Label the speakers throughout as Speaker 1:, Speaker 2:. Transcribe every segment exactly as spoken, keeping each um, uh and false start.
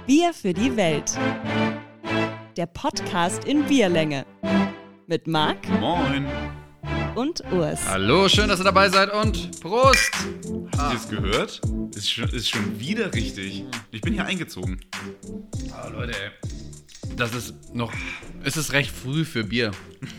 Speaker 1: Bier für die Welt. Der Podcast in Bierlänge. Mit Marc.
Speaker 2: Moin.
Speaker 1: Und Urs.
Speaker 3: Hallo, schön, dass ihr dabei seid und Prost!
Speaker 2: Habt ihr es gehört? Ist schon, ist schon wieder richtig. Ich bin hier eingezogen.
Speaker 3: Oh, Leute, ey. Das ist noch... Es ist recht früh für Bier.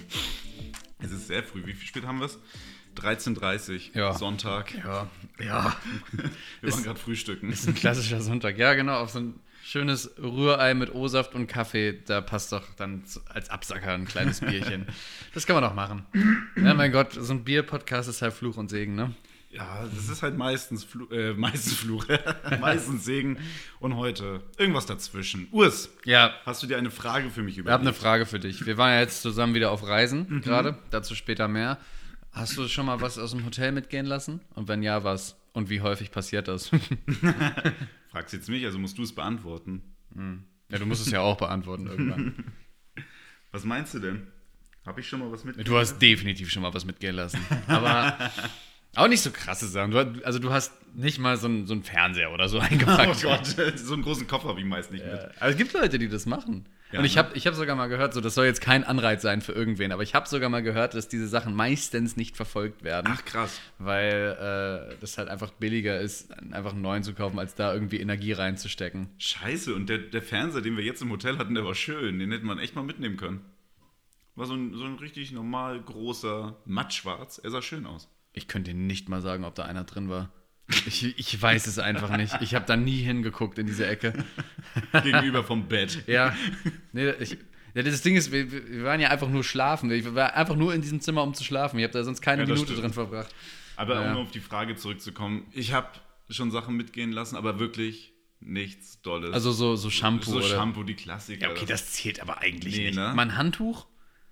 Speaker 2: Es ist sehr früh. Wie viel spät haben wir es? dreizehn Uhr dreißig,
Speaker 3: ja.
Speaker 2: Sonntag.
Speaker 3: Ja, ja.
Speaker 2: Wir
Speaker 3: ist,
Speaker 2: waren gerade frühstücken.
Speaker 3: Ist ein klassischer Sonntag. Ja, genau, auf so ein schönes Rührei mit O-Saft und Kaffee, da passt doch dann als Absacker ein kleines Bierchen. Das kann man doch machen. Ja, mein Gott, so ein Bier-Podcast ist halt Fluch und Segen, ne?
Speaker 2: Ja, das ist halt meistens, Flu äh, meistens Fluch, meistens Segen und heute irgendwas dazwischen. Urs,
Speaker 3: ja.
Speaker 2: Hast du dir eine Frage für mich überlegt?
Speaker 3: Ich habe eine Frage für dich. Wir waren ja jetzt zusammen wieder auf Reisen mhm. gerade, dazu später mehr. Hast du schon mal was aus dem Hotel mitgehen lassen? Und wenn ja, was? Und wie häufig passiert das?
Speaker 2: Fragst jetzt mich, also musst du es beantworten.
Speaker 3: Hm. Ja, du musst es ja auch beantworten irgendwann.
Speaker 2: Was meinst du denn? Habe ich schon mal was mitgehen
Speaker 3: Du hast definitiv schon mal was mitgehen lassen. Aber auch nicht so krasse Sachen. Du, also du hast nicht mal so einen, so einen Fernseher oder so eingepackt.
Speaker 2: Oh Gott, so einen großen Koffer habe ich meist nicht
Speaker 3: ja.
Speaker 2: mit.
Speaker 3: Aber es gibt Leute, die das machen. Ja, und ich habe ich hab sogar mal gehört, so das soll jetzt kein Anreiz sein für irgendwen, aber ich habe sogar mal gehört, dass diese Sachen meistens nicht verfolgt werden.
Speaker 2: Ach krass.
Speaker 3: Weil äh, das halt einfach billiger ist, einfach einen neuen zu kaufen, als da irgendwie Energie reinzustecken.
Speaker 2: Scheiße, und der, der Fernseher, den wir jetzt im Hotel hatten, der war schön. Den hätte man echt mal mitnehmen können. War so ein, so ein richtig normal großer, mattschwarz. Er sah schön aus.
Speaker 3: Ich könnte dir nicht mal sagen, ob da einer drin war. Ich, ich weiß es einfach nicht. Ich habe da nie hingeguckt in diese Ecke.
Speaker 2: Gegenüber vom Bett.
Speaker 3: Ja. Nee, ich, ja, das Ding ist, wir, wir waren ja einfach nur schlafen. Ich war einfach nur in diesem Zimmer, um zu schlafen. Ich habe da sonst keine ja, Minute stimmt. drin verbracht.
Speaker 2: Aber
Speaker 3: ja.
Speaker 2: um auf die Frage zurückzukommen, ich habe schon Sachen mitgehen lassen, aber wirklich nichts Dolles.
Speaker 3: Also so, so Shampoo
Speaker 2: So
Speaker 3: oder?
Speaker 2: Shampoo, die Klassiker.
Speaker 3: Ja, okay, das zählt aber eigentlich
Speaker 2: nee,
Speaker 3: nicht.
Speaker 2: Ne?
Speaker 3: Mal ein Handtuch?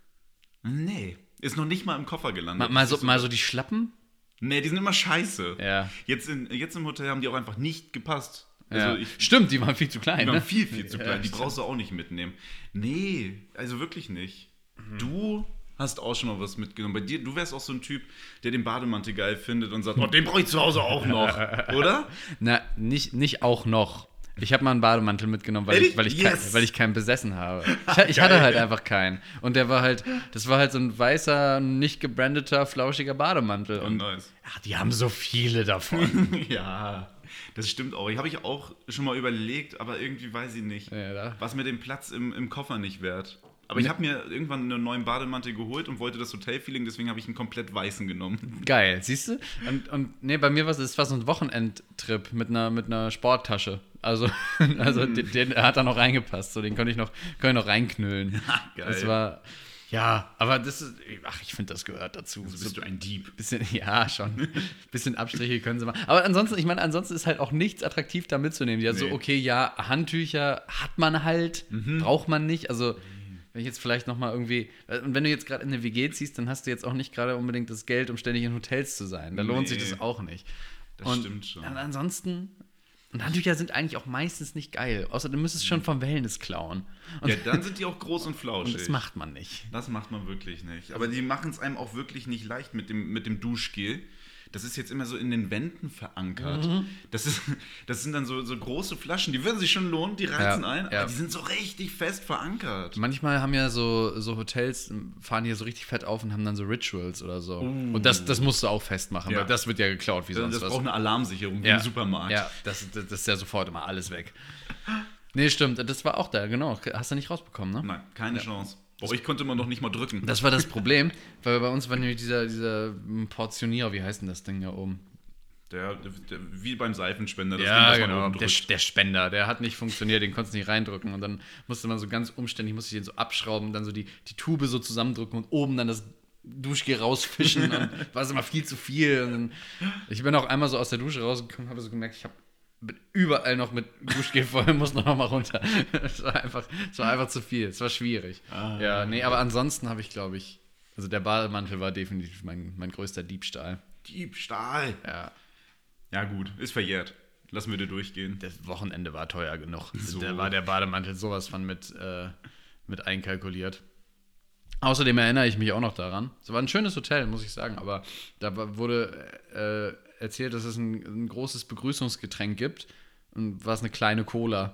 Speaker 2: Nee. Ist noch nicht mal im Koffer gelandet.
Speaker 3: Mal, mal, so, mal so die Schlappen?
Speaker 2: Nee, die sind immer scheiße.
Speaker 3: Ja.
Speaker 2: Jetzt, in, jetzt im Hotel haben die auch einfach nicht gepasst.
Speaker 3: Also
Speaker 2: ja. ich,
Speaker 3: stimmt, die waren viel zu klein.
Speaker 2: Die
Speaker 3: ne?
Speaker 2: waren viel, viel zu klein.
Speaker 3: Ja,
Speaker 2: die brauchst du auch nicht mitnehmen. Nee, also wirklich nicht. Mhm. Du hast auch schon mal was mitgenommen. Bei dir, du wärst auch so ein Typ, der den Bademantel geil findet und sagt, oh, den brauche ich zu Hause auch noch. Oder?
Speaker 3: Na, nicht, nicht auch noch. Ich habe mal einen Bademantel mitgenommen, weil ich, weil, ich
Speaker 2: yes.
Speaker 3: kein, weil ich keinen besessen habe. Ich, ich hatte halt einfach keinen. Und der war halt, das war halt so ein weißer, nicht gebrandeter, flauschiger Bademantel.
Speaker 2: Oh,
Speaker 3: und
Speaker 2: nice.
Speaker 3: Ach, die haben so viele davon.
Speaker 2: Ja, das stimmt auch. Ich habe ich auch schon mal überlegt, aber irgendwie weiß ich nicht,
Speaker 3: ja,
Speaker 2: was mir den Platz im, im Koffer nicht wert. Aber ich habe mir irgendwann einen neuen Bademantel geholt und wollte das Hotel-Feeling, deswegen habe ich einen komplett weißen genommen.
Speaker 3: Geil, siehst du? Und, und nee, bei mir war es, es war so ein Wochenendtrip mit einer, mit einer Sporttasche. Also, also mm. den, den hat da noch reingepasst. So, den konnte ich noch, konnte ich noch reinknüllen.
Speaker 2: Geil.
Speaker 3: Das war, ja, aber das ist, ach, ich finde, das gehört dazu.
Speaker 2: Also bist so, du ein Dieb?
Speaker 3: Bisschen, ja, schon. Bisschen Abstriche können sie machen. Aber ansonsten, ich meine, ansonsten ist halt auch nichts attraktiv da mitzunehmen. Ja, nee. So, okay, ja, Handtücher hat man halt, mhm. braucht man nicht. Also, wenn ich jetzt vielleicht nochmal irgendwie, und wenn du jetzt gerade in eine W G ziehst, dann hast du jetzt auch nicht gerade unbedingt das Geld, um ständig in Hotels zu sein. Da nee. lohnt sich das auch nicht.
Speaker 2: Das
Speaker 3: und
Speaker 2: stimmt schon.
Speaker 3: Ansonsten, und Handtücher sind eigentlich auch meistens nicht geil. Außer du müsstest schon vom Wellness klauen. Und
Speaker 2: ja, dann sind die auch groß und flauschig.
Speaker 3: Und das macht man nicht.
Speaker 2: Das macht man wirklich nicht. Aber die machen es einem auch wirklich nicht leicht mit dem, mit dem Duschgel. Das ist jetzt immer so in den Wänden verankert. Mhm. Das, ist, das sind dann so, so große Flaschen, die würden sich schon lohnen, die reizen ja, ein, aber ja. die sind so richtig fest verankert.
Speaker 3: Manchmal haben ja so, so Hotels, fahren hier so richtig fett auf und haben dann so Rituals oder so. Uh. Und das, das musst du auch festmachen, ja. weil das wird ja geklaut wie sonst
Speaker 2: das
Speaker 3: was.
Speaker 2: Das braucht eine Alarmsicherung wie
Speaker 3: ja.
Speaker 2: im Supermarkt.
Speaker 3: Ja, das, das ist ja sofort immer alles weg. Nee, stimmt, das war auch da, genau. Hast du nicht rausbekommen, ne?
Speaker 2: Nein, keine ja. Chance. Bei euch konnte man noch nicht mal drücken.
Speaker 3: Das war das Problem, weil bei uns war nämlich dieser, dieser Portionierer, wie heißt denn das Ding da oben?
Speaker 2: Der, der, der wie beim Seifenspender. Das
Speaker 3: ja,
Speaker 2: Ding,
Speaker 3: genau, der, der Spender, der hat nicht funktioniert, den konntest du nicht reindrücken und dann musste man so ganz umständlich, musste ich den so abschrauben, dann so die, die Tube so zusammendrücken und oben dann das Duschgel rausfischen und war es immer viel zu viel. Und dann, ich bin auch einmal so aus der Dusche rausgekommen, habe so gemerkt, ich habe bin überall noch mit Duschgel voll, muss noch mal runter. Es war einfach, es war einfach zu viel, es war schwierig. Ah, ja, nee, aber ansonsten habe ich, glaube ich, also der Bademantel war definitiv mein, mein größter Diebstahl.
Speaker 2: Diebstahl?
Speaker 3: Ja.
Speaker 2: Ja gut, ist verjährt. Lassen wir dir durchgehen.
Speaker 3: Das Wochenende war teuer genug.
Speaker 2: So.
Speaker 3: Da war der Bademantel sowas von mit, äh, mit einkalkuliert. Außerdem erinnere ich mich auch noch daran. Es war ein schönes Hotel, muss ich sagen, aber da wurde äh, erzählt, dass es ein, ein großes Begrüßungsgetränk gibt. und war es eine kleine Cola.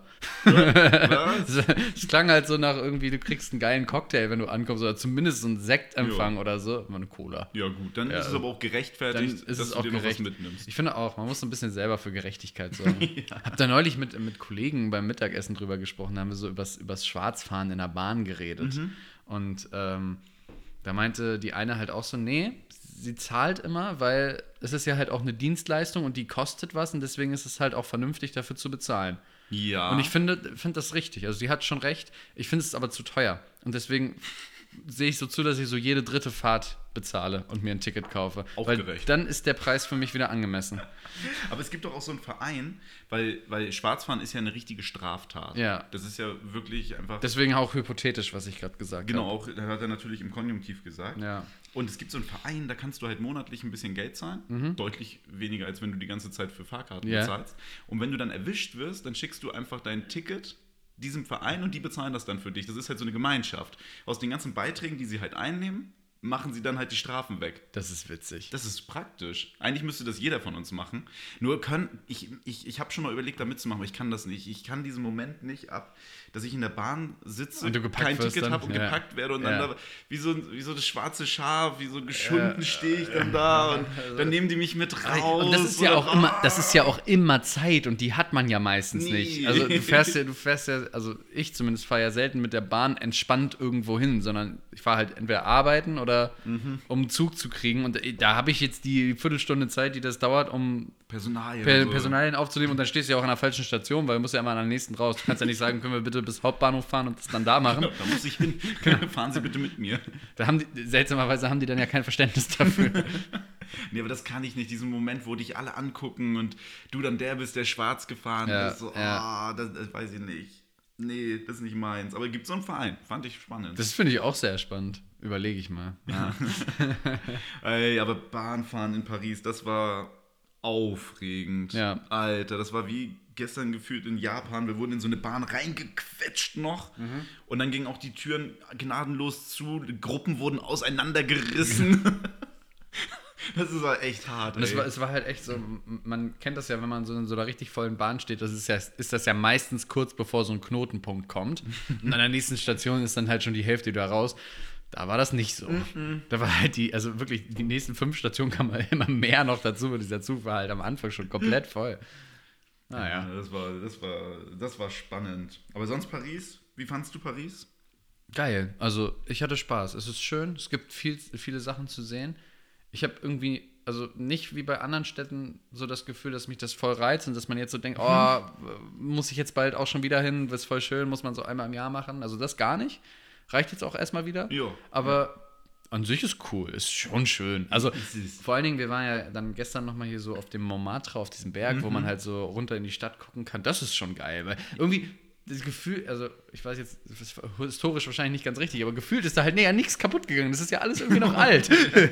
Speaker 2: Was?
Speaker 3: Es klang halt so nach irgendwie, du kriegst einen geilen Cocktail, wenn du ankommst, oder zumindest so einen Sektempfang
Speaker 2: Jo.
Speaker 3: oder so. Immer eine Cola.
Speaker 2: Ja gut, dann
Speaker 3: Ja,
Speaker 2: ist es aber auch
Speaker 3: Dann
Speaker 2: gerechtfertigt,
Speaker 3: ist
Speaker 2: dass
Speaker 3: es
Speaker 2: du
Speaker 3: auch
Speaker 2: dir noch was
Speaker 3: gerecht.
Speaker 2: mitnimmst.
Speaker 3: Ich finde auch, man muss so ein bisschen selber für Gerechtigkeit sorgen. ja. Hab da neulich mit, mit Kollegen beim Mittagessen drüber gesprochen, da haben wir so übers, übers Schwarzfahren in der Bahn geredet.
Speaker 2: Mhm.
Speaker 3: Und ähm, da meinte die eine halt auch so, nee, sie zahlt immer, weil es ist ja halt auch eine Dienstleistung und die kostet was und deswegen ist es halt auch vernünftig, dafür zu bezahlen.
Speaker 2: Ja.
Speaker 3: Und ich finde, finde das richtig. Also sie hat schon recht. Ich finde es aber zu teuer. Und deswegen sehe ich so zu, dass ich so jede dritte Fahrt bezahle und mir ein Ticket kaufe.
Speaker 2: Auch
Speaker 3: weil
Speaker 2: gerecht.
Speaker 3: dann ist der Preis für mich wieder angemessen.
Speaker 2: Aber es gibt doch auch so einen Verein, weil, weil Schwarzfahren ist ja eine richtige Straftat.
Speaker 3: Ja.
Speaker 2: Das ist ja wirklich einfach...
Speaker 3: Deswegen auch hypothetisch, was ich gerade gesagt
Speaker 2: Genau,
Speaker 3: habe.
Speaker 2: auch, da hat er natürlich im Konjunktiv gesagt.
Speaker 3: Ja.
Speaker 2: Und es gibt so einen Verein, da kannst du halt monatlich ein bisschen Geld zahlen. Deutlich weniger, als wenn du die ganze Zeit für Fahrkarten
Speaker 3: Ja.
Speaker 2: bezahlst. Und wenn du dann erwischt wirst, dann schickst du einfach dein Ticket diesem Verein und die bezahlen das dann für dich. Das ist halt so eine Gemeinschaft. Aus den ganzen Beiträgen, die sie halt einnehmen, machen sie dann halt die Strafen weg.
Speaker 3: Das ist witzig.
Speaker 2: Das ist praktisch. Eigentlich müsste das jeder von uns machen. Nur kann, ich, ich, ich habe schon mal überlegt, da mitzumachen, aber ich kann das nicht. Ich kann diesen Moment nicht ab, dass ich in der Bahn sitze,
Speaker 3: Und du gepackt
Speaker 2: kein
Speaker 3: wirst
Speaker 2: Ticket
Speaker 3: dann,
Speaker 2: habe und
Speaker 3: ja.
Speaker 2: gepackt werde und
Speaker 3: Ja.
Speaker 2: dann da, wie, so, wie so das schwarze Schaf, wie so geschunden stehe ich dann da und dann nehmen die mich mit raus.
Speaker 3: Und das ist ja
Speaker 2: oder-
Speaker 3: auch immer, das ist ja auch immer Zeit und die hat man ja meistens
Speaker 2: Nie.
Speaker 3: nicht. Also du fährst ja, du fährst ja, also ich zumindest fahre ja selten mit der Bahn entspannt irgendwo hin, sondern ich fahre halt entweder arbeiten oder
Speaker 2: Mhm.
Speaker 3: um einen Zug zu kriegen. Und da habe ich jetzt die Viertelstunde Zeit, die das dauert, um
Speaker 2: Personalien.
Speaker 3: per
Speaker 2: so.
Speaker 3: Personalien aufzunehmen und dann stehst du ja auch an der falschen Station, weil du musst ja immer an der nächsten raus. Du kannst ja nicht sagen, können wir bitte bis Hauptbahnhof fahren und das dann da machen.
Speaker 2: Da muss ich hin. Fahren Sie bitte mit mir.
Speaker 3: Da haben die, seltsamerweise haben die dann ja kein Verständnis dafür.
Speaker 2: Nee, aber das kann ich nicht. Diesen Moment, wo dich alle angucken und du dann der bist, der schwarz gefahren
Speaker 3: Ja,
Speaker 2: ist. So,
Speaker 3: ja.
Speaker 2: ah, das, das weiß ich nicht. Nee, das ist nicht meins. Aber gibt so einen Verein. Fand ich spannend.
Speaker 3: Das finde ich auch sehr spannend. Überlege ich mal. Ja.
Speaker 2: Ey, aber Bahnfahren in Paris, das war aufregend.
Speaker 3: Ja.
Speaker 2: Alter, das war wie gestern gefühlt in Japan. Wir wurden in so eine Bahn reingequetscht noch.
Speaker 3: Mhm.
Speaker 2: Und dann gingen auch die Türen gnadenlos zu. Gruppen wurden auseinandergerissen. Das ist halt echt hart.
Speaker 3: Und es
Speaker 2: ey.
Speaker 3: war, es war halt echt so, man kennt das ja, wenn man so in so einer richtig vollen Bahn steht, das ist ja, ist das ja meistens kurz bevor so ein Knotenpunkt kommt. Und an der nächsten Station ist dann halt schon die Hälfte wieder raus. Da war das nicht so. Da war halt die, also wirklich, die nächsten fünf Stationen kam halt immer mehr noch dazu, und dieser Zug war halt am Anfang schon komplett voll. Naja.
Speaker 2: Ja, das war, das war, das war spannend. Aber sonst Paris? Wie fandst du Paris?
Speaker 3: Geil. Also ich hatte Spaß. Es ist schön. Es gibt viel, viele Sachen zu sehen. Ich habe irgendwie, also nicht wie bei anderen Städten so das Gefühl, dass mich das voll reizt und dass man jetzt so denkt, oh, muss ich jetzt bald auch schon wieder hin, ist voll schön, muss man so einmal im Jahr machen. Also das gar nicht. Reicht jetzt auch erstmal wieder.
Speaker 2: Jo.
Speaker 3: Aber an sich ist cool, ist schon schön. Also
Speaker 2: Es ist-
Speaker 3: vor allen Dingen, wir waren ja dann gestern nochmal hier so auf dem Montmartre, auf diesem Berg, wo man halt so runter in die Stadt gucken kann. Das ist schon geil, weil irgendwie das Gefühl, also ich weiß jetzt, das ist historisch wahrscheinlich nicht ganz richtig, aber gefühlt ist da halt nee, ja nichts kaputt gegangen. Das ist ja alles irgendwie noch alt.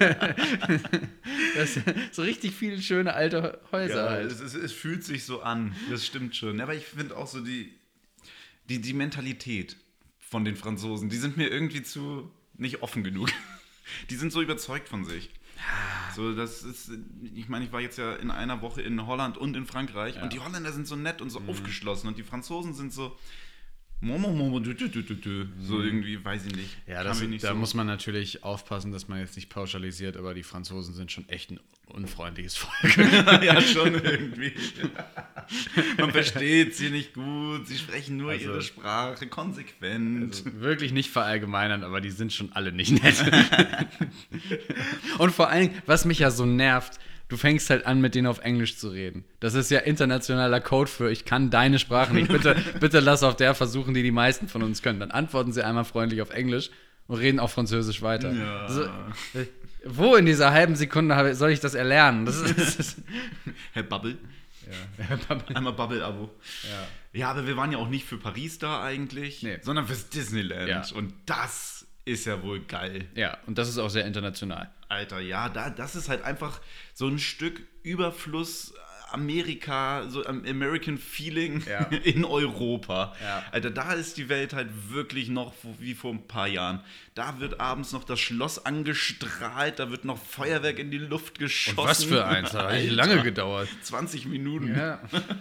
Speaker 3: Das ist so richtig viele schöne alte Häuser
Speaker 2: Ja,
Speaker 3: halt.
Speaker 2: es, es, es fühlt sich so an. Das stimmt schon. Aber ich finde auch so die, die, die Mentalität von den Franzosen, die sind mir irgendwie zu nicht offen genug. Die sind so überzeugt von sich. So, das ist, ich meine, ich war jetzt ja in einer Woche in Holland und in Frankreich
Speaker 3: Ja.
Speaker 2: und die Holländer sind so nett und so aufgeschlossen und die Franzosen sind so Momo, Momo, dü, dü, dü, dü, dü. So irgendwie, weiß ich nicht.
Speaker 3: Ja,
Speaker 2: Kam
Speaker 3: das,
Speaker 2: mir nicht
Speaker 3: da
Speaker 2: so.
Speaker 3: muss man natürlich aufpassen, dass man jetzt nicht pauschalisiert, aber die Franzosen sind schon echt ein unfreundliches Volk.
Speaker 2: Ja, schon irgendwie. Man versteht sie nicht gut, sie sprechen nur
Speaker 3: Also-
Speaker 2: ihre Sprache konsequent.
Speaker 3: Also wirklich nicht verallgemeinern, aber die sind schon alle nicht nett. Und vor allen Dingen, was mich ja so nervt, du fängst halt an, mit denen auf Englisch zu reden. Das ist ja internationaler Code für, ich kann deine Sprache nicht. Bitte, bitte lass auf der versuchen, die die meisten von uns können. Dann antworten sie einmal freundlich auf Englisch und reden auf Französisch weiter.
Speaker 2: Ja.
Speaker 3: Also, äh, wo in dieser halben Sekunde habe- soll ich das erlernen? Das ist, das ist
Speaker 2: Herr Bubble.
Speaker 3: ja.
Speaker 2: Einmal Bubble-Abo.
Speaker 3: Ja.
Speaker 2: Ja, aber wir waren ja auch nicht für Paris da eigentlich,
Speaker 3: Nee.
Speaker 2: sondern fürs Disneyland.
Speaker 3: Ja.
Speaker 2: Und das ist ja wohl geil.
Speaker 3: Ja, und das ist auch sehr international.
Speaker 2: Alter, ja, da, das ist halt einfach so ein Stück Überfluss Amerika, so am American Feeling
Speaker 3: Ja.
Speaker 2: in Europa.
Speaker 3: Ja.
Speaker 2: Alter, da ist die Welt halt wirklich noch wie vor ein paar Jahren. Da wird abends noch das Schloss angestrahlt, da wird noch Feuerwerk in die Luft geschossen.
Speaker 3: Und was für eins, hat eigentlich
Speaker 2: Alter,
Speaker 3: lange gedauert.
Speaker 2: zwanzig Minuten.
Speaker 3: Ja.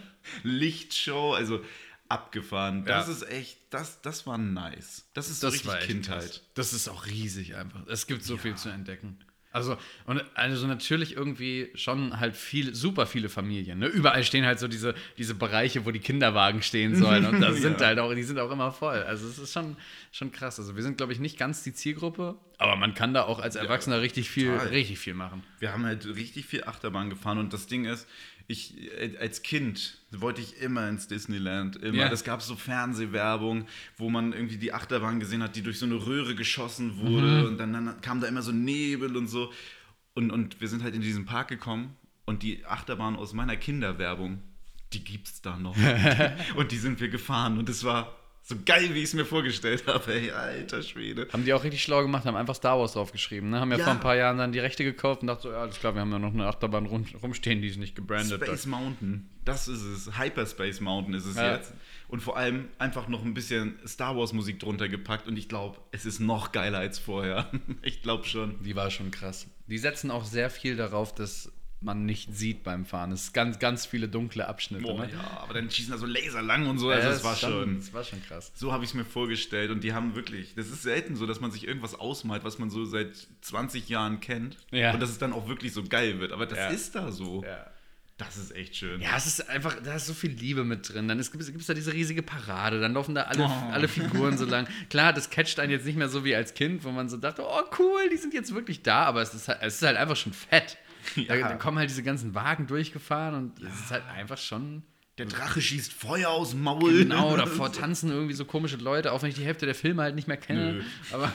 Speaker 2: Lichtshow, also abgefahren. Das
Speaker 3: Ja.
Speaker 2: ist echt, das, das war nice. Das ist so
Speaker 3: Das
Speaker 2: richtig
Speaker 3: war echt
Speaker 2: Kindheit.
Speaker 3: krass. Das ist auch riesig einfach. Es gibt so viel zu entdecken. Also, und also natürlich irgendwie schon halt viel, super viele Familien. Ne? Überall stehen halt so diese, diese Bereiche, wo die Kinderwagen stehen sollen. Und das sind
Speaker 2: Ja.
Speaker 3: halt auch, die sind auch immer voll. Also es ist schon, schon krass. Also wir sind, glaube ich, nicht ganz die Zielgruppe, aber man kann da auch als Erwachsener richtig viel,
Speaker 2: total.
Speaker 3: richtig viel machen.
Speaker 2: Wir haben halt richtig viel Achterbahn gefahren und das Ding ist, ich, äh, als Kind wollte ich immer ins Disneyland, immer.
Speaker 3: Ja.
Speaker 2: Es gab so Fernsehwerbung, wo man irgendwie die Achterbahn gesehen hat, die durch so eine Röhre geschossen wurde und dann, dann kam da immer so Nebel und so. Und, und wir sind halt in diesen Park gekommen und die Achterbahn aus meiner Kinderwerbung, die gibt's da noch. Und die sind wir gefahren und es war so geil, wie ich es mir vorgestellt habe. Ey, alter Schwede.
Speaker 3: Haben die auch richtig schlau gemacht, haben einfach Star Wars draufgeschrieben. Ne? Haben ja,
Speaker 2: Ja.
Speaker 3: vor ein paar Jahren dann die Rechte gekauft und dachten so, ja, alles klar, wir haben ja noch eine Achterbahn rum, rumstehen, die ist nicht gebrandet.
Speaker 2: Space Mountain, das ist es. Hyperspace Mountain ist es
Speaker 3: Ja.
Speaker 2: jetzt. Und vor allem einfach noch ein bisschen Star Wars Musik drunter gepackt und ich glaube, es ist noch geiler als vorher. Ich glaube schon.
Speaker 3: Die war schon krass. Die setzen auch sehr viel darauf, dass man nicht sieht beim Fahren. Es sind ganz, ganz viele dunkle Abschnitte.
Speaker 2: Boah,
Speaker 3: ne?
Speaker 2: ja, aber dann schießen da so Laser lang und so.
Speaker 3: Ja,
Speaker 2: Also
Speaker 3: das
Speaker 2: es war
Speaker 3: ist
Speaker 2: schon.
Speaker 3: Das war schon krass.
Speaker 2: So habe ich es mir vorgestellt und die haben wirklich, das ist selten so, dass man sich irgendwas ausmalt, was man so seit zwanzig Jahren kennt
Speaker 3: Ja.
Speaker 2: und dass es dann auch wirklich so geil wird. Aber das
Speaker 3: Ja.
Speaker 2: ist da so.
Speaker 3: Ja.
Speaker 2: Das ist echt schön.
Speaker 3: Ja, es ist einfach, da ist so viel Liebe mit drin. Dann gibt es da diese riesige Parade, dann laufen da alle,
Speaker 2: Oh.
Speaker 3: alle Figuren so lang. Klar, das catcht einen jetzt nicht mehr so wie als Kind, wo man so dachte, oh cool, die sind jetzt wirklich da, aber es ist halt, es ist halt einfach schon fett. Da,
Speaker 2: Ja.
Speaker 3: da kommen halt diese ganzen Wagen durchgefahren und es ist halt einfach schon...
Speaker 2: Der Drache schießt Feuer aus dem Maul.
Speaker 3: Genau, davor tanzen irgendwie so komische Leute, auch wenn ich die Hälfte der Filme halt nicht mehr kenne.
Speaker 2: Nö.
Speaker 3: Aber,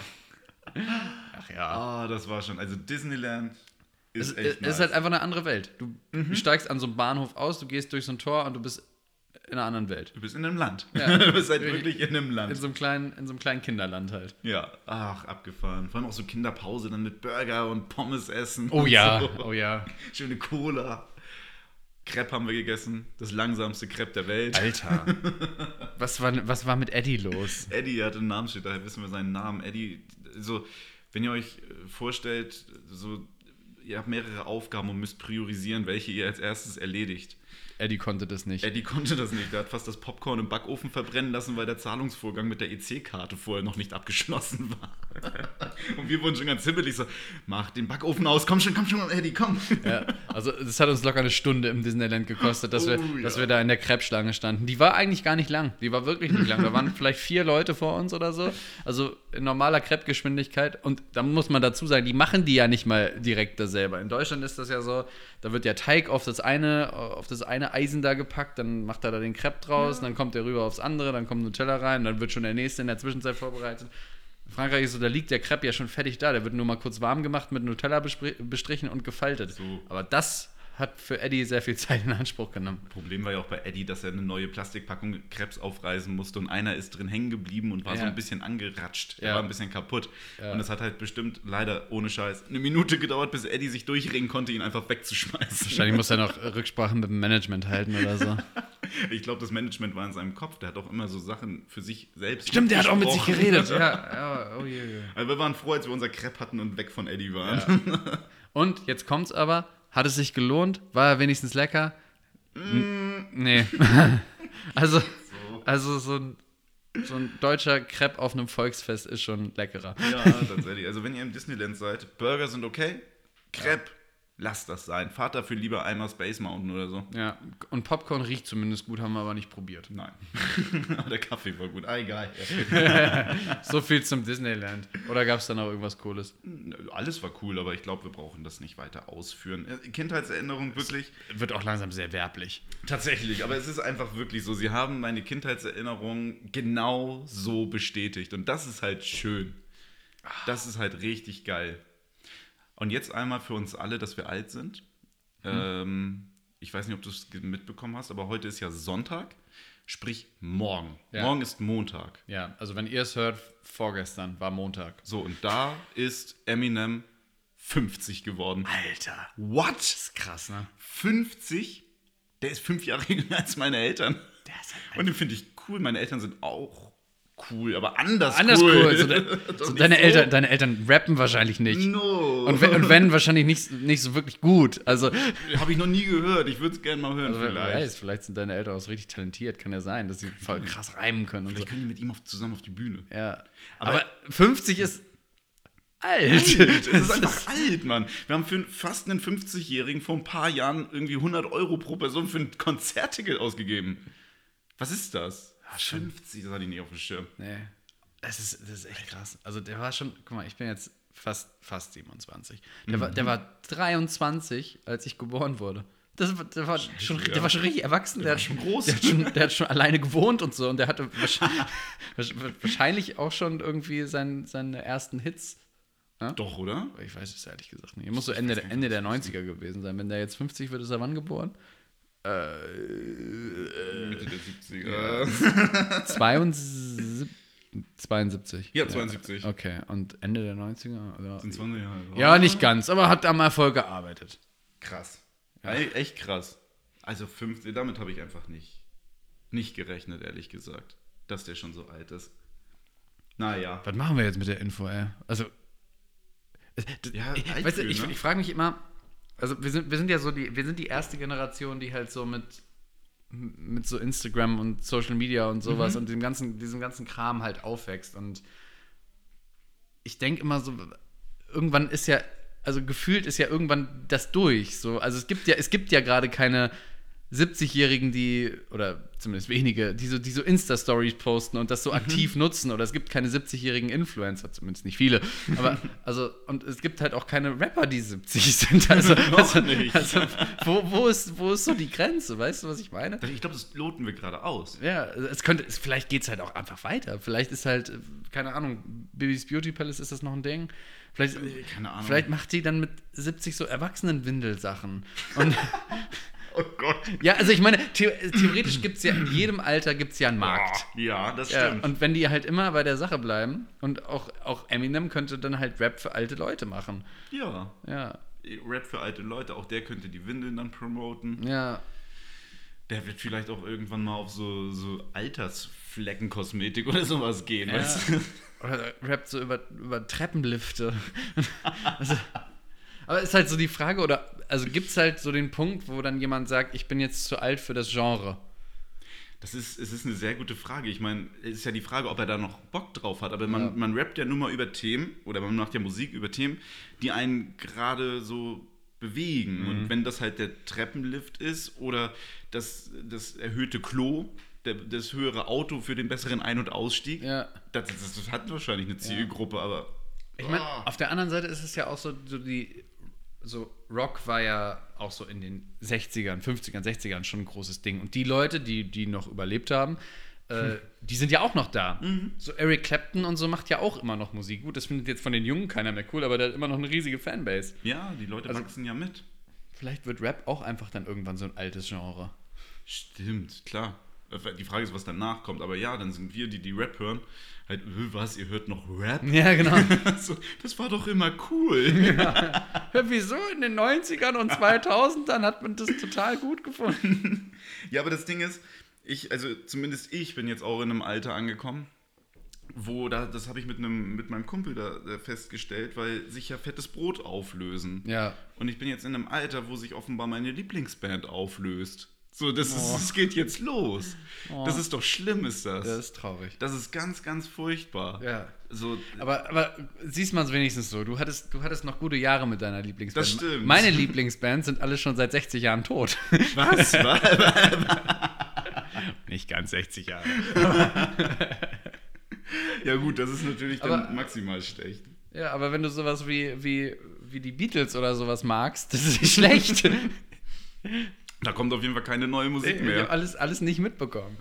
Speaker 3: ach ja.
Speaker 2: Ah, das war schon. Also Disneyland ist
Speaker 3: Es,
Speaker 2: echt
Speaker 3: es
Speaker 2: nice.
Speaker 3: ist halt einfach eine andere Welt. Du, du steigst an so einem Bahnhof aus, du gehst durch so ein Tor und du bist in einer anderen Welt.
Speaker 2: Du bist in einem Land.
Speaker 3: Ja.
Speaker 2: Du bist halt wirklich in einem
Speaker 3: In
Speaker 2: Land.
Speaker 3: so einem kleinen, in so einem kleinen Kinderland halt.
Speaker 2: Ja, ach, abgefahren. Vor allem auch so Kinderpause dann mit Burger und Pommes essen.
Speaker 3: Oh
Speaker 2: und
Speaker 3: ja,
Speaker 2: so.
Speaker 3: oh ja.
Speaker 2: Schöne Cola. Crepe haben wir gegessen. Das langsamste Crepe der Welt.
Speaker 3: Alter. Was war, was war mit Eddie los?
Speaker 2: Eddie hatte einen Namenschild, daher wissen wir seinen Namen. Eddie, so, wenn ihr euch äh, vorstellt, so, ihr habt mehrere Aufgaben und müsst priorisieren, welche ihr als erstes erledigt.
Speaker 3: Eddie konnte das nicht.
Speaker 2: Eddie konnte das nicht. Der hat fast das Popcorn im Backofen verbrennen lassen, weil der Zahlungsvorgang mit der E C-Karte vorher noch nicht abgeschlossen war. Und wir wurden schon ganz hibbelig so, mach den Backofen aus, komm schon, komm schon, Eddie, komm.
Speaker 3: Ja, also das hat uns locker eine Stunde im Disneyland gekostet, dass, wir,
Speaker 2: Oh, ja.
Speaker 3: dass wir da in der Crepe-Schlange standen. Die war eigentlich gar nicht lang. Die war wirklich nicht lang. Da waren vielleicht vier Leute vor uns oder so. Also in normaler Crepe-Geschwindigkeit. Und da muss man dazu sagen, die machen die ja nicht mal direkt da selber. In Deutschland ist das ja so, da wird der Teig auf das eine, auf das eine Eisen da gepackt, dann macht er da den Crepe draus, dann kommt der rüber aufs andere, dann kommt Nutella rein, dann wird schon der nächste in der Zwischenzeit vorbereitet. In Frankreich ist so, da liegt der Crepe ja schon fertig da, der wird nur mal kurz warm gemacht, mit Nutella bespr- bestrichen und gefaltet.
Speaker 2: So.
Speaker 3: Aber das hat für Eddie sehr viel Zeit in Anspruch genommen.
Speaker 2: Problem war ja auch bei Eddie, dass er eine neue Plastikpackung Krebs aufreißen musste und einer ist drin hängen geblieben und war
Speaker 3: Ja.
Speaker 2: so ein bisschen angeratscht. Er
Speaker 3: Ja.
Speaker 2: war ein bisschen kaputt.
Speaker 3: Ja.
Speaker 2: Und es hat halt bestimmt, leider ohne Scheiß, eine Minute gedauert, bis Eddie sich durchringen konnte, ihn einfach wegzuschmeißen.
Speaker 3: Wahrscheinlich muss er noch Rücksprachen mit dem Management halten oder so.
Speaker 2: Ich glaube, das Management war in seinem Kopf. Der hat auch immer so Sachen für sich selbst
Speaker 3: Stimmt, der hat auch mit sich
Speaker 2: gesprochen.
Speaker 3: geredet. Ja, ja, oh je, je.
Speaker 2: Also wir waren froh, als wir unser Crepe hatten und weg von Eddie waren.
Speaker 3: Ja. Und jetzt kommt's aber, hat es sich gelohnt? War er wenigstens lecker? N- Nee. also, also so ein, so ein deutscher Crepe auf einem Volksfest ist schon leckerer.
Speaker 2: Ja, tatsächlich. Also wenn ihr im Disneyland seid, Burger sind okay. Crepe, lasst das sein. Fahrt dafür lieber einmal Space Mountain oder so.
Speaker 3: Ja, und Popcorn riecht zumindest gut, haben wir aber nicht probiert.
Speaker 2: Nein. Aber der Kaffee war gut. Ah, egal.
Speaker 3: So viel zum Disneyland. Oder gab es da noch irgendwas Cooles?
Speaker 2: Alles war cool, aber ich glaube, wir brauchen das nicht weiter ausführen. Äh, Kindheitserinnerung wirklich.
Speaker 3: Wird auch langsam sehr werblich.
Speaker 2: Tatsächlich, aber es ist einfach wirklich so. Sie haben meine Kindheitserinnerung genau so bestätigt. Und das ist halt schön. Das ist halt richtig geil. Und jetzt einmal für uns alle, dass wir alt sind. Hm. Ähm, ich weiß nicht, ob du es mitbekommen hast, aber heute ist ja Sonntag. Sprich morgen.
Speaker 3: Ja.
Speaker 2: Morgen ist Montag.
Speaker 3: Ja, also wenn ihr es hört, vorgestern war Montag.
Speaker 2: So, und da ist Eminem fünfzig geworden.
Speaker 3: Alter.
Speaker 2: What?
Speaker 3: Das ist krass, ne?
Speaker 2: fünfzig? Der ist fünf Jahre jünger als meine Eltern.
Speaker 3: Der ist halt
Speaker 2: Und den finde ich cool. Meine Eltern sind auch cool, aber anders,
Speaker 3: anders
Speaker 2: cool.
Speaker 3: cool. So, de, so deine, Eltern, deine Eltern rappen wahrscheinlich nicht.
Speaker 2: No.
Speaker 3: Und wenn, und wenn wahrscheinlich nicht, nicht so wirklich gut. Also,
Speaker 2: habe ich noch nie gehört. Ich würde es gerne mal hören.
Speaker 3: also wer
Speaker 2: vielleicht.
Speaker 3: weiß, vielleicht sind deine Eltern auch so richtig talentiert. Kann ja sein, dass sie voll krass reimen können. Und so.
Speaker 2: Vielleicht können die mit ihm auf, zusammen auf die Bühne.
Speaker 3: Ja.
Speaker 2: Aber-
Speaker 3: Aber, fünfzig ist alt.
Speaker 2: Es ist einfach alt, Mann. Wir haben für fast einen fünfzigjährigen vor ein paar Jahren irgendwie hundert Euro pro Person für ein Konzertticket ausgegeben. Was ist das? fünfzig, das hatte ich nie auf dem Schirm.
Speaker 3: Nee. Das ist, das ist echt krass. Also der war schon, guck mal, ich bin jetzt fast, fast siebenundzwanzig. Der,
Speaker 2: Mhm.
Speaker 3: war, der war dreiundzwanzig, als ich geboren wurde. Das, war- der, war schon,
Speaker 2: ja.
Speaker 3: der war schon richtig erwachsen. Der,
Speaker 2: war
Speaker 3: hat
Speaker 2: schon groß.
Speaker 3: Der hat schon, der hat schon alleine gewohnt und so. Und der hatte wahrscheinlich, wahrscheinlich auch schon irgendwie sein, seine ersten Hits.
Speaker 2: Doch, oder?
Speaker 3: Ich weiß es ehrlich gesagt nicht. Er muss so Ende, der- Ende der neunziger gewesen sein. Wenn der jetzt fünfzig wird, ist er wann geboren?
Speaker 2: Mitte der siebziger.
Speaker 3: zweiundsiebzig. zweiundsiebzig.
Speaker 2: Ja, zweiundsiebzig.
Speaker 3: Okay, und Ende der neunziger? Oder?
Speaker 2: Sind zwanzig Jahre.
Speaker 3: Ja, nicht ganz, aber hat am Erfolg gearbeitet.
Speaker 2: Krass. Ey, echt krass. Also fünfzig, damit habe ich einfach nicht, nicht gerechnet, ehrlich gesagt, dass der schon so alt ist. Naja.
Speaker 3: Was machen wir jetzt mit der Info, ey? Also,
Speaker 2: Ja,
Speaker 3: ich,
Speaker 2: alt
Speaker 3: weißt du,
Speaker 2: fühlen,
Speaker 3: ich,
Speaker 2: ne?
Speaker 3: ich frage mich immer, also wir sind, wir sind ja so die, wir sind die erste Generation, die halt so mit, mit so Instagram und Social Media und sowas
Speaker 2: Mhm.
Speaker 3: und dem ganzen, diesem ganzen Kram halt aufwächst. Und ich denke immer so, irgendwann ist ja, also gefühlt ist ja irgendwann das durch. So. Also es gibt ja, es gibt ja gerade keine siebzigjährigen, die, oder zumindest wenige, die so, die so Insta-Stories posten und das so aktiv nutzen. Oder es gibt keine siebzigjährigen Influencer, zumindest nicht viele. Aber, also, und es gibt halt auch keine Rapper, die siebzig sind. Also, also,
Speaker 2: nicht.
Speaker 3: also wo, wo, ist, wo ist so die Grenze? Weißt du, was ich meine?
Speaker 2: Ich glaube, das loten wir gerade aus.
Speaker 3: Ja, es könnte, es, vielleicht geht es halt auch einfach weiter. Vielleicht ist halt, äh, keine Ahnung, Bibis Beauty Palace, ist das noch ein Ding? Vielleicht,
Speaker 2: Keine Ahnung.
Speaker 3: vielleicht macht die dann mit siebzig so Erwachsenenwindelsachen. Und
Speaker 2: Oh Gott.
Speaker 3: ja, also ich meine, the theoretisch gibt es ja in jedem Alter gibt's ja einen Markt.
Speaker 2: Ja, das
Speaker 3: Ja,
Speaker 2: stimmt.
Speaker 3: und wenn die halt immer bei der Sache bleiben und auch, auch Eminem könnte dann halt Rap für alte Leute machen.
Speaker 2: Ja.
Speaker 3: Ja,
Speaker 2: Rap für alte Leute, auch der könnte die Windeln dann promoten.
Speaker 3: ja.
Speaker 2: Der wird vielleicht auch irgendwann mal auf so, so Altersfleckenkosmetik oder sowas gehen.
Speaker 3: Ja.
Speaker 2: Weißt du?
Speaker 3: Oder rappt so über, über Treppenlifte. also, aber ist halt so die Frage, oder also gibt es halt so den Punkt, wo dann jemand sagt, ich bin jetzt zu alt für das Genre?
Speaker 2: Das ist, es ist eine sehr gute Frage. Ich meine, es ist ja die Frage, ob er da noch Bock drauf hat. Aber man,
Speaker 3: Ja.
Speaker 2: man rappt ja nur mal über Themen, oder man macht ja Musik über Themen, die einen gerade so bewegen.
Speaker 3: Mhm.
Speaker 2: Und wenn das halt der Treppenlift ist oder das, das erhöhte Klo, der, das höhere Auto für den besseren Ein- und Ausstieg,
Speaker 3: Ja.
Speaker 2: das, das, das hat wahrscheinlich eine Zielgruppe, aber...
Speaker 3: Ich meine,
Speaker 2: Oh.
Speaker 3: auf der anderen Seite ist es ja auch so, so die, so Rock war ja auch so in den sechzigern, fünfzigern, sechzigern schon ein großes Ding. Und die Leute, die, die noch überlebt haben, äh, die sind ja auch noch da. So Eric Clapton und so macht ja auch immer noch Musik. Gut, das findet jetzt von den Jungen keiner mehr cool, aber der hat immer noch eine riesige Fanbase.
Speaker 2: Ja, die Leute
Speaker 3: Also-
Speaker 2: wachsen ja mit.
Speaker 3: Vielleicht wird Rap auch einfach dann irgendwann so ein altes Genre.
Speaker 2: Stimmt, klar. Die Frage ist, was danach kommt. Aber ja, dann sind wir, die die Rap hören, halt, "Äh, was, ihr hört noch Rap?
Speaker 3: Ja, genau.
Speaker 2: so, das war doch immer cool.
Speaker 3: Ja, wieso? In den neunzigern und zweitausendern hat man das total gut gefunden.
Speaker 2: Ja, aber das Ding ist, ich, also zumindest ich bin jetzt auch in einem Alter angekommen, wo, da, das habe ich mit, einem, mit meinem Kumpel da, da festgestellt, weil sich ja fettes Brot auflösen.
Speaker 3: Ja.
Speaker 2: Und ich bin jetzt in einem Alter, wo sich offenbar meine Lieblingsband auflöst. So, das, ist,
Speaker 3: Oh.
Speaker 2: das geht jetzt los.
Speaker 3: Oh.
Speaker 2: Das ist doch schlimm, ist das.
Speaker 3: Das ist traurig.
Speaker 2: Das ist ganz, ganz furchtbar.
Speaker 3: Ja.
Speaker 2: So,
Speaker 3: Aber, aber siehst man es wenigstens so. Du hattest, du hattest noch gute Jahre mit deiner Lieblingsband.
Speaker 2: Das stimmt.
Speaker 3: Meine Lieblingsbands sind alle schon seit sechzig Jahren tot.
Speaker 2: was? Was?
Speaker 3: Nicht ganz sechzig Jahre.
Speaker 2: Ja gut, das ist natürlich dann
Speaker 3: Aber-
Speaker 2: maximal schlecht.
Speaker 3: Ja, aber wenn du sowas wie, wie, wie die Beatles oder sowas magst, das ist nicht schlecht.
Speaker 2: Da kommt auf jeden Fall keine neue Musik
Speaker 3: Ich
Speaker 2: mehr.
Speaker 3: habe alles, alles nicht mitbekommen.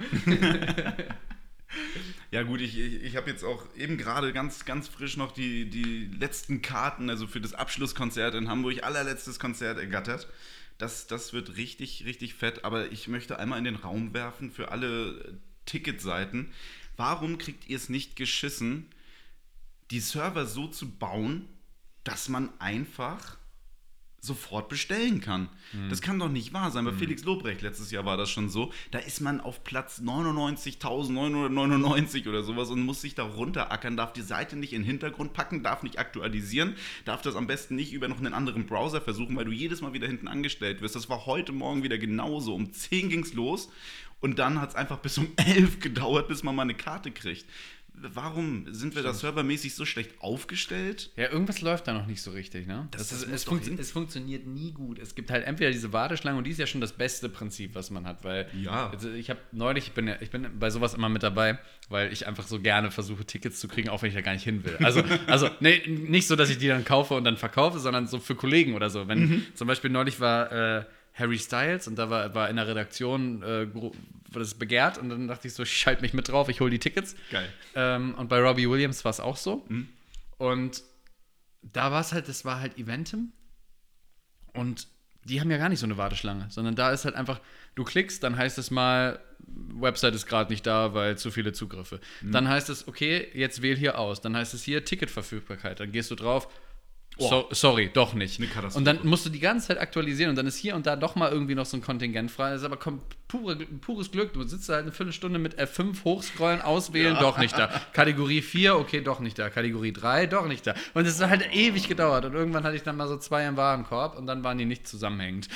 Speaker 2: Ja gut, ich, ich, ich habe jetzt auch eben gerade ganz, ganz frisch noch die, die letzten Karten, also für das Abschlusskonzert in Hamburg, allerletztes Konzert ergattert. Das, das wird richtig, richtig fett, aber ich möchte einmal in den Raum werfen für alle Ticketseiten. Warum kriegt ihr es nicht geschissen, die Server so zu bauen, dass man einfach sofort bestellen kann.
Speaker 3: Mhm.
Speaker 2: Das kann doch nicht wahr sein. Bei
Speaker 3: Mhm.
Speaker 2: Felix Lobrecht letztes Jahr war das schon so. Da ist man auf Platz neunundneunzigtausendneunhundertneunundneunzig oder sowas und muss sich da runterackern, darf die Seite nicht in den Hintergrund packen, darf nicht aktualisieren, darf das am besten nicht über noch einen anderen Browser versuchen, weil du jedes Mal wieder hinten angestellt wirst. Das war heute Morgen wieder genauso. Um zehn ging's los und dann hat es einfach bis um elf gedauert, bis man mal eine Karte kriegt. Warum sind wir da servermäßig so schlecht aufgestellt?
Speaker 3: Ja, irgendwas läuft da noch nicht so richtig, ne?
Speaker 2: Das-
Speaker 3: Das
Speaker 2: das
Speaker 3: ist,
Speaker 2: muss
Speaker 3: es,
Speaker 2: doch
Speaker 3: funkt,
Speaker 2: hin-
Speaker 3: es funktioniert nie gut. Es gibt halt entweder diese Warteschlange und die ist ja schon das beste Prinzip, was man hat, weil
Speaker 2: Ja.
Speaker 3: also ich habe neulich, ich bin, ja, ich bin bei sowas immer mit dabei, weil ich einfach so gerne versuche, Tickets zu kriegen, auch wenn ich da gar nicht hin will. Also, also nee, nicht so, dass ich die dann kaufe und dann verkaufe, sondern so für Kollegen oder so. Wenn
Speaker 2: Mhm.
Speaker 3: zum Beispiel neulich war äh, Harry Styles und da war, war in der Redaktion äh, gro- wurde das begehrt und dann dachte ich so, ich schalte mich mit drauf, ich hole die Tickets.
Speaker 2: Geil.
Speaker 3: Ähm, und bei Robbie Williams war es auch so.
Speaker 2: Mhm.
Speaker 3: Und da war es halt, das war halt Eventim und die haben ja gar nicht so eine Warteschlange, sondern da ist halt einfach, du klickst, dann heißt es mal, Website ist gerade nicht da, weil zu viele Zugriffe.
Speaker 2: Mhm.
Speaker 3: Dann heißt es, okay, jetzt wähl hier aus. Dann heißt es hier Ticketverfügbarkeit. Dann gehst du drauf,
Speaker 2: Oh.
Speaker 3: so, sorry, doch nicht.
Speaker 2: Eine Katastrophe.
Speaker 3: Und dann musst du die ganze Zeit aktualisieren und dann ist hier und da doch mal irgendwie noch so ein Kontingent frei. Das ist aber kom- pure, pures Glück. Du sitzt da halt eine Viertelstunde mit F fünf hochscrollen, auswählen,
Speaker 2: Ja.
Speaker 3: doch nicht da. Kategorie vier, okay, doch nicht da. Kategorie drei, doch nicht da. Und es hat halt ewig gedauert. Und irgendwann hatte ich dann mal so zwei im Warenkorb und dann waren die nicht zusammenhängend.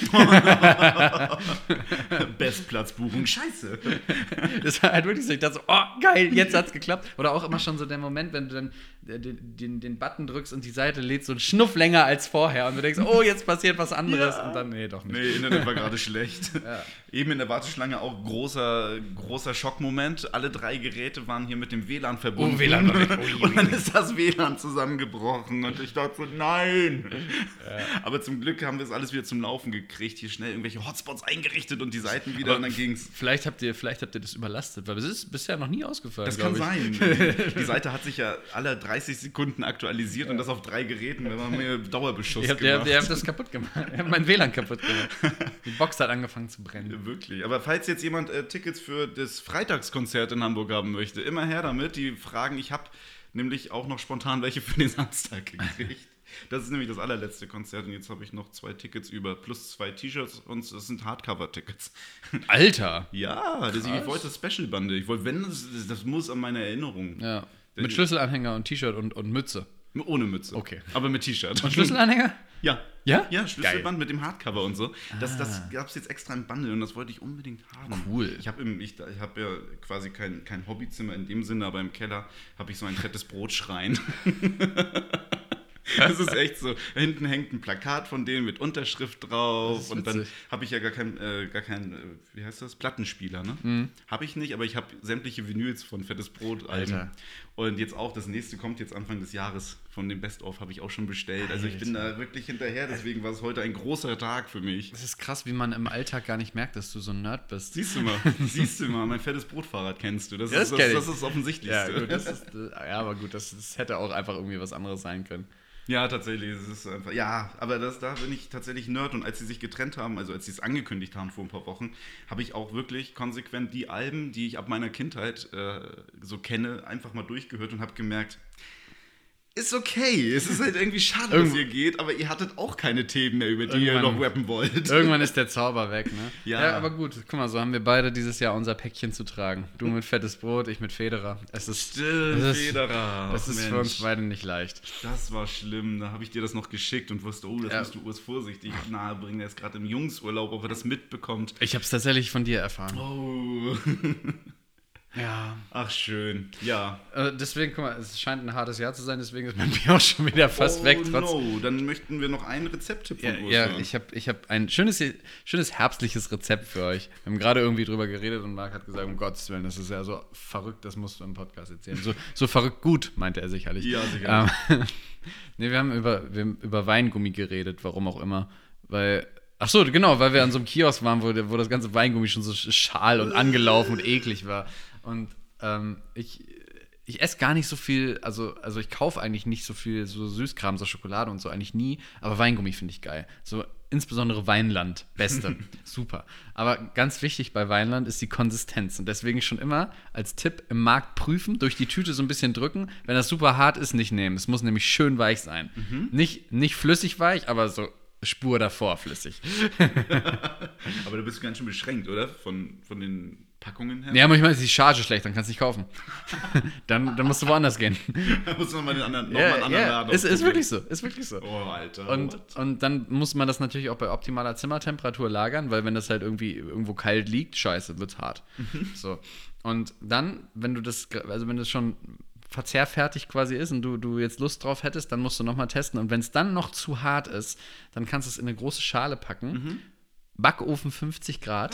Speaker 2: Bestplatzbuchung, scheiße.
Speaker 3: Das war halt wirklich so, ich dachte so, oh, geil, jetzt hat's geklappt. Oder auch immer schon so der Moment, wenn du dann den, den, den Button drückst und die Seite lädt so einen Schnuff länger als vorher und du denkst, oh, jetzt passiert was anderes
Speaker 2: Ja.
Speaker 3: und dann, nee, doch nicht.
Speaker 2: Nee, Internet war gerade schlecht.
Speaker 3: Ja.
Speaker 2: Eben in der Warteschlange auch großer, großer Schockmoment. Alle drei Geräte waren hier mit dem W L A N verbunden.
Speaker 3: Oh, W L A N war weg. Ui, ui,
Speaker 2: Und dann
Speaker 3: ui.
Speaker 2: ist das W L A N zusammengebrochen und ich dachte so, nein. Aber zum Glück haben wir es alles wieder zum Laufen gekriegt. Hier schnell irgendwelche Hotspots eingerichtet und die Seiten wieder
Speaker 3: Aber
Speaker 2: und dann ging's.
Speaker 3: Vielleicht habt ihr, vielleicht habt ihr das überlastet, weil es ist bisher noch nie ausgefallen.
Speaker 2: Das kann
Speaker 3: glaub ich.
Speaker 2: sein. Die, die Seite hat sich ja alle dreißig Sekunden aktualisiert und das auf drei Geräten. Wir haben hier Dauerbeschuss
Speaker 3: Ihr habt, ihr,
Speaker 2: gemacht.
Speaker 3: habt, ihr habt das kaputt gemacht. Ihr habt mein W L A N kaputt gemacht. Die Box hat angefangen zu brennen.
Speaker 2: Wirklich. Aber falls jetzt jemand äh, Tickets für das Freitagskonzert in Hamburg haben möchte, immer her damit. Die fragen, ich habe nämlich auch noch spontan welche für den Samstag gekriegt. Das ist nämlich das allerletzte Konzert und jetzt habe ich noch zwei Tickets über, plus zwei T-Shirts und es sind Hardcover-Tickets.
Speaker 3: Alter!
Speaker 2: Ja, das, ich
Speaker 3: Krass.
Speaker 2: wollte das Special-Bande. Ich wollte, wenn, das, das muss an meine Erinnerung.
Speaker 3: Ja. Mit Schlüsselanhänger und T-Shirt und, und Mütze.
Speaker 2: Ohne Mütze.
Speaker 3: Okay.
Speaker 2: Aber mit T-Shirt.
Speaker 3: Und Schlüsselanhänger?
Speaker 2: Ja.
Speaker 3: Ja?
Speaker 2: Ja, Schlüsselband mit dem Hardcover und so. Das, das gab es jetzt extra im Bundle und das wollte ich unbedingt haben.
Speaker 3: Cool.
Speaker 2: Ich habe ich, ich hab ja quasi kein, kein Hobbyzimmer in dem Sinne, aber im Keller habe ich so ein fettes Brotschrein. Das ist echt so. Da hinten hängt ein Plakat von denen mit Unterschrift
Speaker 3: Das
Speaker 2: drauf
Speaker 3: ist
Speaker 2: und dann
Speaker 3: witzig.
Speaker 2: habe ich ja gar keinen, äh, gar kein, äh, wie heißt das, Plattenspieler, ne?
Speaker 3: Mhm.
Speaker 2: Habe ich nicht, aber ich habe sämtliche Vinyls von Fettes Brot.
Speaker 3: Alter.
Speaker 2: Und jetzt auch, das nächste kommt jetzt Anfang des Jahres von dem Best-of, habe ich auch schon bestellt. Also ich bin da wirklich hinterher, deswegen war es heute ein großer Tag für mich.
Speaker 3: Das ist krass, wie man im Alltag gar nicht merkt, dass du so ein Nerd bist.
Speaker 2: Siehst du mal, siehst du mal, mein fettes Brotfahrrad kennst du. Das,
Speaker 3: Ja,
Speaker 2: ist,
Speaker 3: das
Speaker 2: das,
Speaker 3: kenn
Speaker 2: das
Speaker 3: ich.
Speaker 2: ist das Offensichtlichste.
Speaker 3: Ja, gut, das ist, ja, aber gut, das, das hätte auch einfach irgendwie was anderes sein können.
Speaker 2: Ja, tatsächlich. Es ist einfach, ja, aber das, da bin ich tatsächlich Nerd. Und als sie sich getrennt haben, also als sie es angekündigt haben vor ein paar Wochen, habe ich auch wirklich konsequent die Alben, die ich ab meiner Kindheit äh, so kenne, einfach mal durchgehört und habe gemerkt, ist okay. Es ist halt irgendwie schade, dass
Speaker 3: Irgendwo-
Speaker 2: ihr geht, aber ihr hattet auch keine Themen mehr, über die ihr
Speaker 3: Irgendwann-
Speaker 2: noch rappen wollt.
Speaker 3: Irgendwann ist der Zauber weg, ne?
Speaker 2: Ja.
Speaker 3: Aber gut, guck mal, so haben wir beide dieses Jahr unser Päckchen zu tragen. Du mit fettes Brot, ich mit Federer. Es ist,
Speaker 2: Stimmt,
Speaker 3: das ist,
Speaker 2: Federer.
Speaker 3: das
Speaker 2: Ach,
Speaker 3: ist für
Speaker 2: Mensch.
Speaker 3: uns beide nicht leicht.
Speaker 2: Das war schlimm. Da habe ich dir das noch geschickt und wusste, oh, das
Speaker 3: Ja.
Speaker 2: musst du Urs vorsichtig nahebringen. Er ist gerade im Jungsurlaub, ob er das mitbekommt.
Speaker 3: Ich habe es tatsächlich von dir erfahren.
Speaker 2: Oh.
Speaker 3: Ja.
Speaker 2: Ach, schön. Ja.
Speaker 3: Äh, deswegen, guck mal, es scheint ein hartes Jahr zu sein, deswegen ist mein Bier auch schon wieder fast
Speaker 2: oh,
Speaker 3: weg. Trotz,
Speaker 2: no. Dann möchten wir noch einen Rezepttipp von
Speaker 3: Ja,
Speaker 2: Urs
Speaker 3: ja,
Speaker 2: hören.
Speaker 3: ich habe ich hab ein schönes, schönes herbstliches Rezept für euch. Wir haben gerade irgendwie drüber geredet und Marc hat gesagt, um Gottes Willen, das ist ja so verrückt, das musst du im Podcast erzählen. So, so verrückt gut, meinte er sicherlich.
Speaker 2: Ja, sicherlich.
Speaker 3: Ähm, nee, wir haben, über, wir haben über Weingummi geredet, warum auch immer. Weil, ach so, genau, weil wir an so einem Kiosk waren, wo, der- wo das ganze Weingummi schon so schal und angelaufen und eklig war. Und ähm, ich... Ich esse gar nicht so viel, also, also ich kaufe eigentlich nicht so viel so Süßkram, so Schokolade und so eigentlich nie, aber Weingummi finde ich geil. So insbesondere Weinland, beste, super. Aber ganz wichtig bei Weinland ist die Konsistenz und deswegen schon immer als Tipp im Markt prüfen, durch die Tüte so ein bisschen drücken. Wenn das super hart ist, nicht nehmen. Es muss nämlich schön weich sein. Nicht, nicht flüssig weich, aber so Spur davor flüssig.
Speaker 2: Aber du bist ganz schön beschränkt, oder? Von, von den Packungen her?
Speaker 3: Ja, manchmal ist die Charge schlecht, dann kannst du nicht kaufen. dann, dann musst du woanders gehen.
Speaker 2: Da musst du nochmal den anderen, noch
Speaker 3: Ja,
Speaker 2: mal einen anderen
Speaker 3: ja,
Speaker 2: Laden
Speaker 3: ist, ist
Speaker 2: ausprobieren.
Speaker 3: wirklich so, ist wirklich so.
Speaker 2: Oh, Alter.
Speaker 3: Und,
Speaker 2: what?
Speaker 3: und dann muss man das natürlich auch bei optimaler Zimmertemperatur lagern, weil wenn das halt irgendwie irgendwo kalt liegt, scheiße, wird's hart. So. Und dann, wenn du das, also wenn das schon verzehrfertig quasi ist und du, du jetzt Lust drauf hättest, dann musst du nochmal testen. Und wenn es dann noch zu hart ist, dann kannst du es in eine große Schale packen.
Speaker 2: Mhm.
Speaker 3: Backofen fünfzig Grad.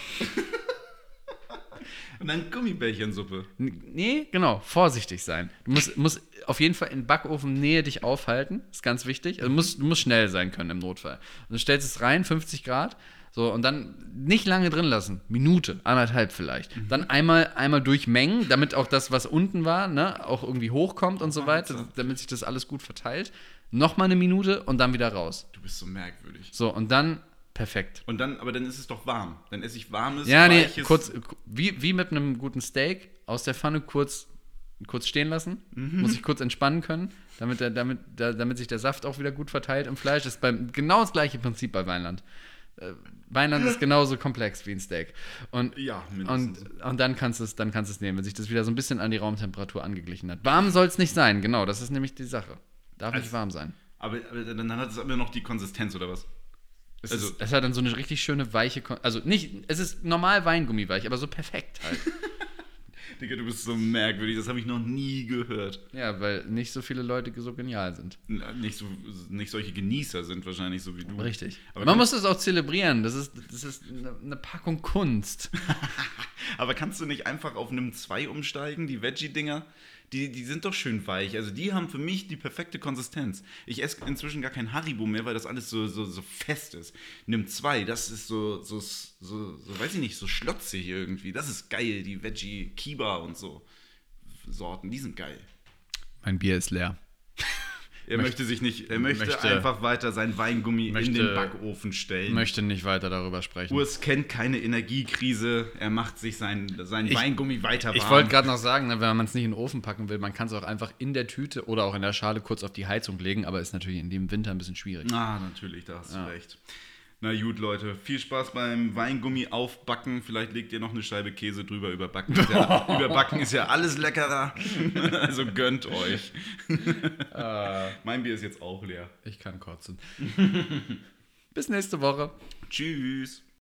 Speaker 2: Und dann Gummibärchensuppe.
Speaker 3: N- Nee, genau, vorsichtig sein. Du musst, musst auf jeden Fall in Backofennähe dich aufhalten, ist ganz wichtig. Also du musst, du musst schnell sein können im Notfall. Und du stellst es rein, fünfzig Grad, so, und dann nicht lange drin lassen. Minute, anderthalb vielleicht.
Speaker 2: Mhm.
Speaker 3: Dann einmal, einmal durchmengen, damit auch das, was unten war, ne, auch irgendwie hochkommt und so weiter, damit sich das alles gut verteilt. Nochmal eine Minute und dann wieder raus.
Speaker 2: Du bist so merkwürdig.
Speaker 3: So, und dann perfekt.
Speaker 2: Und dann, aber dann ist es doch warm. Dann esse ich warmes,
Speaker 3: Ja, nee,
Speaker 2: weiches.
Speaker 3: kurz, wie, wie mit einem guten Steak aus der Pfanne kurz, kurz stehen lassen.
Speaker 2: Mhm.
Speaker 3: Muss ich kurz entspannen können, damit, der, damit, da, damit sich der Saft auch wieder gut verteilt im Fleisch. Das ist beim, genau das gleiche Prinzip bei Weinland. Äh, Weinland ist genauso komplex wie ein Steak. Und,
Speaker 2: Ja,
Speaker 3: und,
Speaker 2: mindestens.
Speaker 3: und dann kannst du es dann kannst du es nehmen, wenn sich das wieder so ein bisschen an die Raumtemperatur angeglichen hat. Warm soll es nicht sein, genau, das ist nämlich die Sache. Darf
Speaker 2: Also-
Speaker 3: nicht warm sein.
Speaker 2: Aber, aber dann hat es aber noch die Konsistenz, oder was?
Speaker 3: Es,
Speaker 2: Also-
Speaker 3: ist, es hat dann so eine richtig schöne weiche, Kon also nicht, es ist normal Weingummiweich, aber so perfekt halt.
Speaker 2: Digga, du bist so merkwürdig. Das habe ich noch nie gehört.
Speaker 3: Ja, weil nicht so viele Leute so genial sind.
Speaker 2: N- Nicht, so, nicht solche Genießer sind wahrscheinlich so wie du.
Speaker 3: Richtig.
Speaker 2: Aber
Speaker 3: Man
Speaker 2: kannst-
Speaker 3: muss es auch zelebrieren. Das ist, das ist eine, eine Packung Kunst.
Speaker 2: Aber kannst du nicht einfach auf einem zwei umsteigen, die Veggie-Dinger? Die, die sind doch schön weich. Also die haben für mich die perfekte Konsistenz. Ich esse inzwischen gar kein Haribo mehr, weil das alles so, so, so fest ist. Nimm zwei, das ist so, so, so, so, weiß ich nicht, so schlotzig irgendwie. Das ist geil, die Veggie-Kiba und so Sorten, die sind geil.
Speaker 3: Mein Bier ist leer.
Speaker 2: Er
Speaker 3: Möcht-
Speaker 2: möchte sich nicht, er möchte,
Speaker 3: möchte-
Speaker 2: einfach weiter sein Weingummi in
Speaker 3: möchte-
Speaker 2: den Backofen
Speaker 3: Ich
Speaker 2: stellen.
Speaker 3: möchte nicht weiter darüber sprechen.
Speaker 2: Urs kennt keine Energiekrise, er macht sich sein, sein
Speaker 3: Ich-
Speaker 2: Weingummi weiter warm.
Speaker 3: Ich wollte gerade noch sagen, ne, wenn man es nicht in den Ofen packen will, man kann es auch einfach in der Tüte oder auch in der Schale kurz auf die Heizung legen, aber ist natürlich in dem Winter ein bisschen schwierig.
Speaker 2: Ah, natürlich, da hast
Speaker 3: Ja.
Speaker 2: du recht. Na gut, Leute, viel Spaß beim Weingummi aufbacken. Vielleicht legt ihr noch eine Scheibe Käse drüber. Überbacken ist ja, überbacken ist ja alles leckerer. Also gönnt euch. Mein Bier ist jetzt auch leer.
Speaker 3: Ich kann kotzen. Bis nächste Woche.
Speaker 2: Tschüss.